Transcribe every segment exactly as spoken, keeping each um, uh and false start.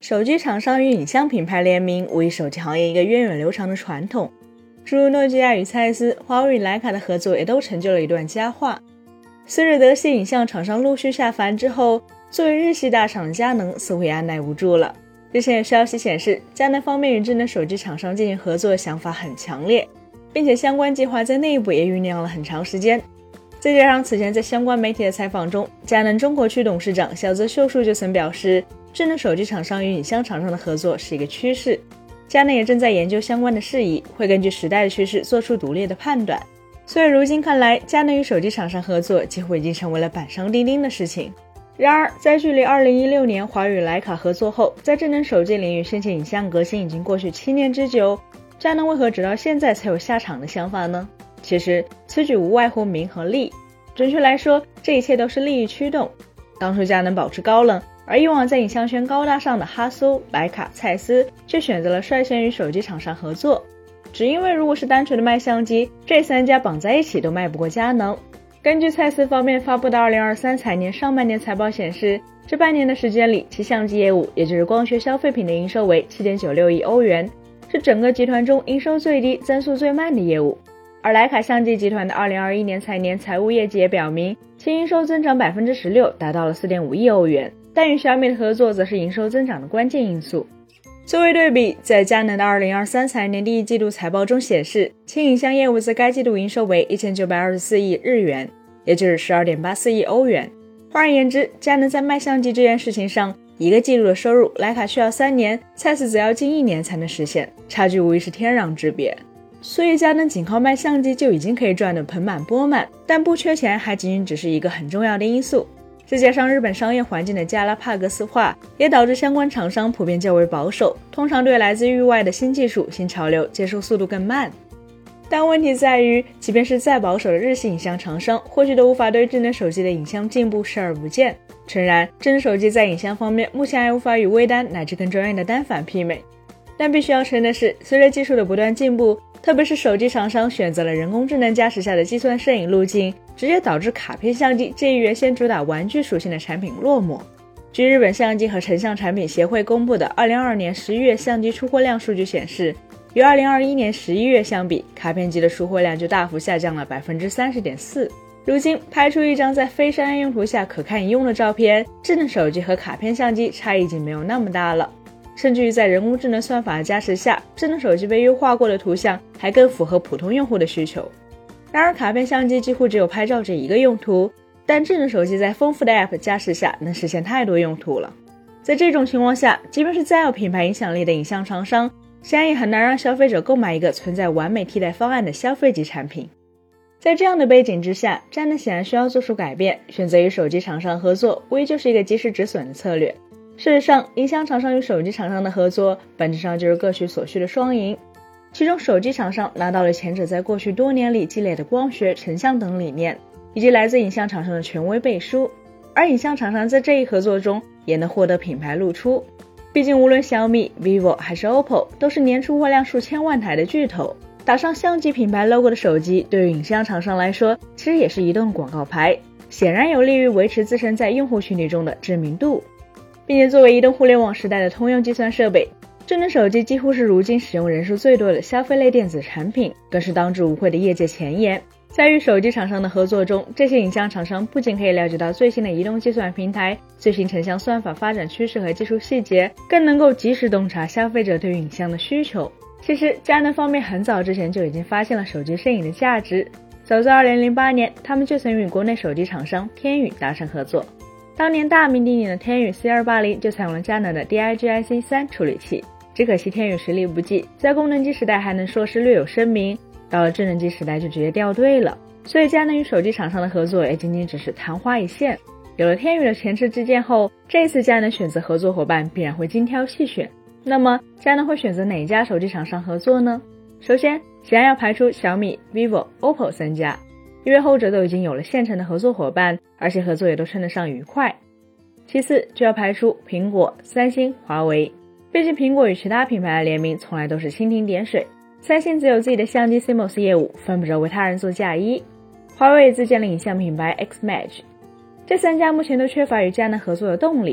手机厂商与影像品牌联名无疑手机行业一个源远流长的传统，诸如诺基亚与蔡司、华为与徕卡的合作也都成就了一段佳话。随着德系影像厂商陆续下凡之后，作为日系大厂的佳能似乎也按耐不住了。日前有消息显示，佳能方面与智能手机厂商进行合作的想法很强烈，并且相关计划在内部也酝酿了很长时间。再加上此前在相关媒体的采访中，佳能中国区董事长小泽秀树就曾表示，智能手机厂商与影像厂商的合作是一个趋势，佳能也正在研究相关的事宜，会根据时代的趋势做出独立的判断。所以如今看来，佳能与手机厂商合作几乎已经成为了板上钉钉的事情。然而在距离二零一六年华为与徕卡合作后，在智能手机领域申请影像革新已经过去七年之久，佳能为何直到现在才有下场的想法呢？其实此举无外乎名和利，准确来说，这一切都是利益驱动。当初佳能保持高冷，而以往在影像圈高大上的哈苏、徕卡、蔡司却选择了率先与手机厂商合作，只因为如果是单纯的卖相机，这三家绑在一起都卖不过佳能。根据蔡司方面发布的二零二三财年上半年财报显示，这半年的时间里，其相机业务也就是光学消费品的营收为 七点九六亿欧元，是整个集团中营收最低、增速最慢的业务。而徕卡相机集团的二零二一年财年财务业绩也表明，其营收增长 百分之十六， 达到了 四点五亿欧元，但与小米的合作则是营收增长的关键因素。作为对比，在佳能的二零二三财年第一季度财报中显示，其影像业务在该季度营收为一千九百二十四亿日元，也就是 十二点八四亿欧元。换而言之，佳能在卖相机这件事情上，一个季度的收入，徕卡需要三年，蔡司则要近一年才能实现，差距无疑是天壤之别。所以佳能仅靠卖相机就已经可以赚得盆满钵满，但不缺钱还仅仅只是一个很重要的因素。再加上日本商业环境的加拉帕戈斯化，也导致相关厂商普遍较为保守，通常对来自域外的新技术、新潮流接受速度更慢。但问题在于，即便是再保守的日系影像厂商，或许都无法对智能手机的影像进步视而不见。诚然，智能手机在影像方面目前还无法与微单乃至更专业的单反媲美，但必须要承认的是，随着技术的不断进步，特别是手机厂商选择了人工智能加持下的计算摄影路径，直接导致卡片相机这一原先主打玩具属性的产品落寞。据日本相机和成像产品协会公布的二零二二年十一月相机出货量数据显示，与二零二一年十一月相比，卡片机的出货量就大幅下降了 百分之三十点四。 如今拍出一张在非商业用途下可看一用的照片，智能手机和卡片相机差异已经没有那么大了。甚至于在人工智能算法的加持下，智能手机被优化过的图像还更符合普通用户的需求。然而卡片相机几乎只有拍照这一个用途，但智能手机在丰富的 App 加持下能实现太多用途了。在这种情况下，即便是再有品牌影响力的影像厂商，显然也很难让消费者购买一个存在完美替代方案的消费级产品。在这样的背景之下，佳能显然需要做出改变，选择与手机厂商合作无疑就是一个及时止损的策略。事实上，影像厂商与手机厂商的合作本质上就是各取所需的双赢，其中手机厂商拿到了前者在过去多年里积累的光学、成像等理念，以及来自影像厂商的权威背书，而影像厂商在这一合作中也能获得品牌露出。毕竟无论小米、vivo 还是 O P P O 都是年出货量数千万台的巨头，打上相机品牌 logo 的手机对于影像厂商来说其实也是一顿广告牌，显然有利于维持自身在用户群体中的知名度。并且作为移动互联网时代的通用计算设备，智能手机几乎是如今使用人数最多的消费类电子产品，更是当之无愧的业界前沿。在与手机厂商的合作中，这些影像厂商不仅可以了解到最新的移动计算平台、最新成像算法发展趋势和技术细节，更能够及时洞察消费者对于影像的需求。其实佳能方面很早之前就已经发现了手机摄影的价值，早在二零零八年，他们就曾与国内手机厂商天宇达成合作。当年大名鼎鼎的天宇 C 二八零 就采用了佳能的 D I G I C 三 处理器，只可惜天宇实力不济，在功能机时代还能说是略有声名，到了智能机时代就直接掉队了。所以佳能与手机厂商的合作也仅仅只是昙花一现。有了天宇的前车之鉴后，这一次佳能选择合作伙伴必然会精挑细选。那么佳能会选择哪一家手机厂商合作呢？首先显然要排除小米、vivo、O P P O 三家，因为后者都已经有了现成的合作伙伴，而且合作也都称得上愉快。其次就要排除苹果、三星、华为，毕竟苹果与其他品牌的联名从来都是蜻蜓点水，三星则有自己的相机 C M O S 业务，犯不着为他人做嫁衣。华为也自建了影像品牌 Xmage， 这三家目前都缺乏与佳能合作的动力。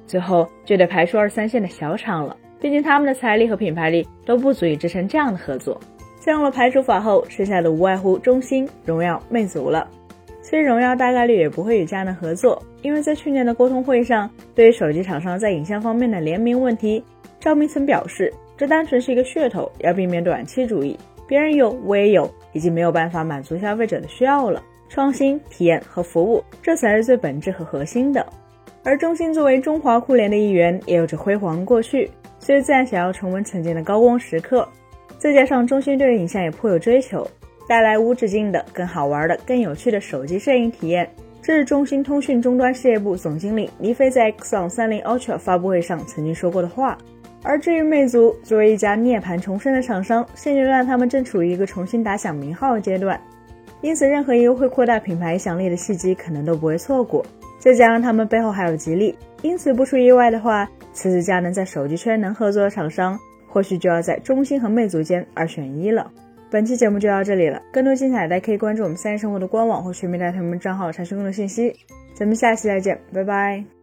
最后就得排除二三线的小厂了，毕竟他们的财力和品牌力都不足以支撑这样的合作。采用了排除法后，剩下的无外乎中兴、荣耀、魅族了。其实荣耀大概率也不会与佳能合作，因为在去年的沟通会上，对于手机厂商在影像方面的联名问题，赵明曾表示，这单纯是一个噱头，要避免短期主义，别人有我也有，已经没有办法满足消费者的需要了，创新、体验和服务，这才是最本质和核心的。而中兴作为中华酷联的一员，也有着辉煌的过去，所以自然想要重温曾经的高光时刻。再加上中兴对于影像也颇有追求，带来无止境的、更好玩的、更有趣的手机摄影体验，这是中兴通讯终端事业部总经理倪飞在 Exxon 三十 Ultra 发布会上曾经说过的话。而至于魅族，作为一家涅槃重生的厂商，现阶段他们正处于一个重新打响名号的阶段，因此任何一个会扩大品牌影响力的契机可能都不会错过。再加上他们背后还有吉利，因此不出意外的话，此次佳能在手机圈能合作的厂商，或许就要在中兴和魅族间二选一了。本期节目就到这里了，更多精彩大家可以关注我们三叶生活的官网或全民大团们账号查询更多信息。咱们下期再见，拜拜。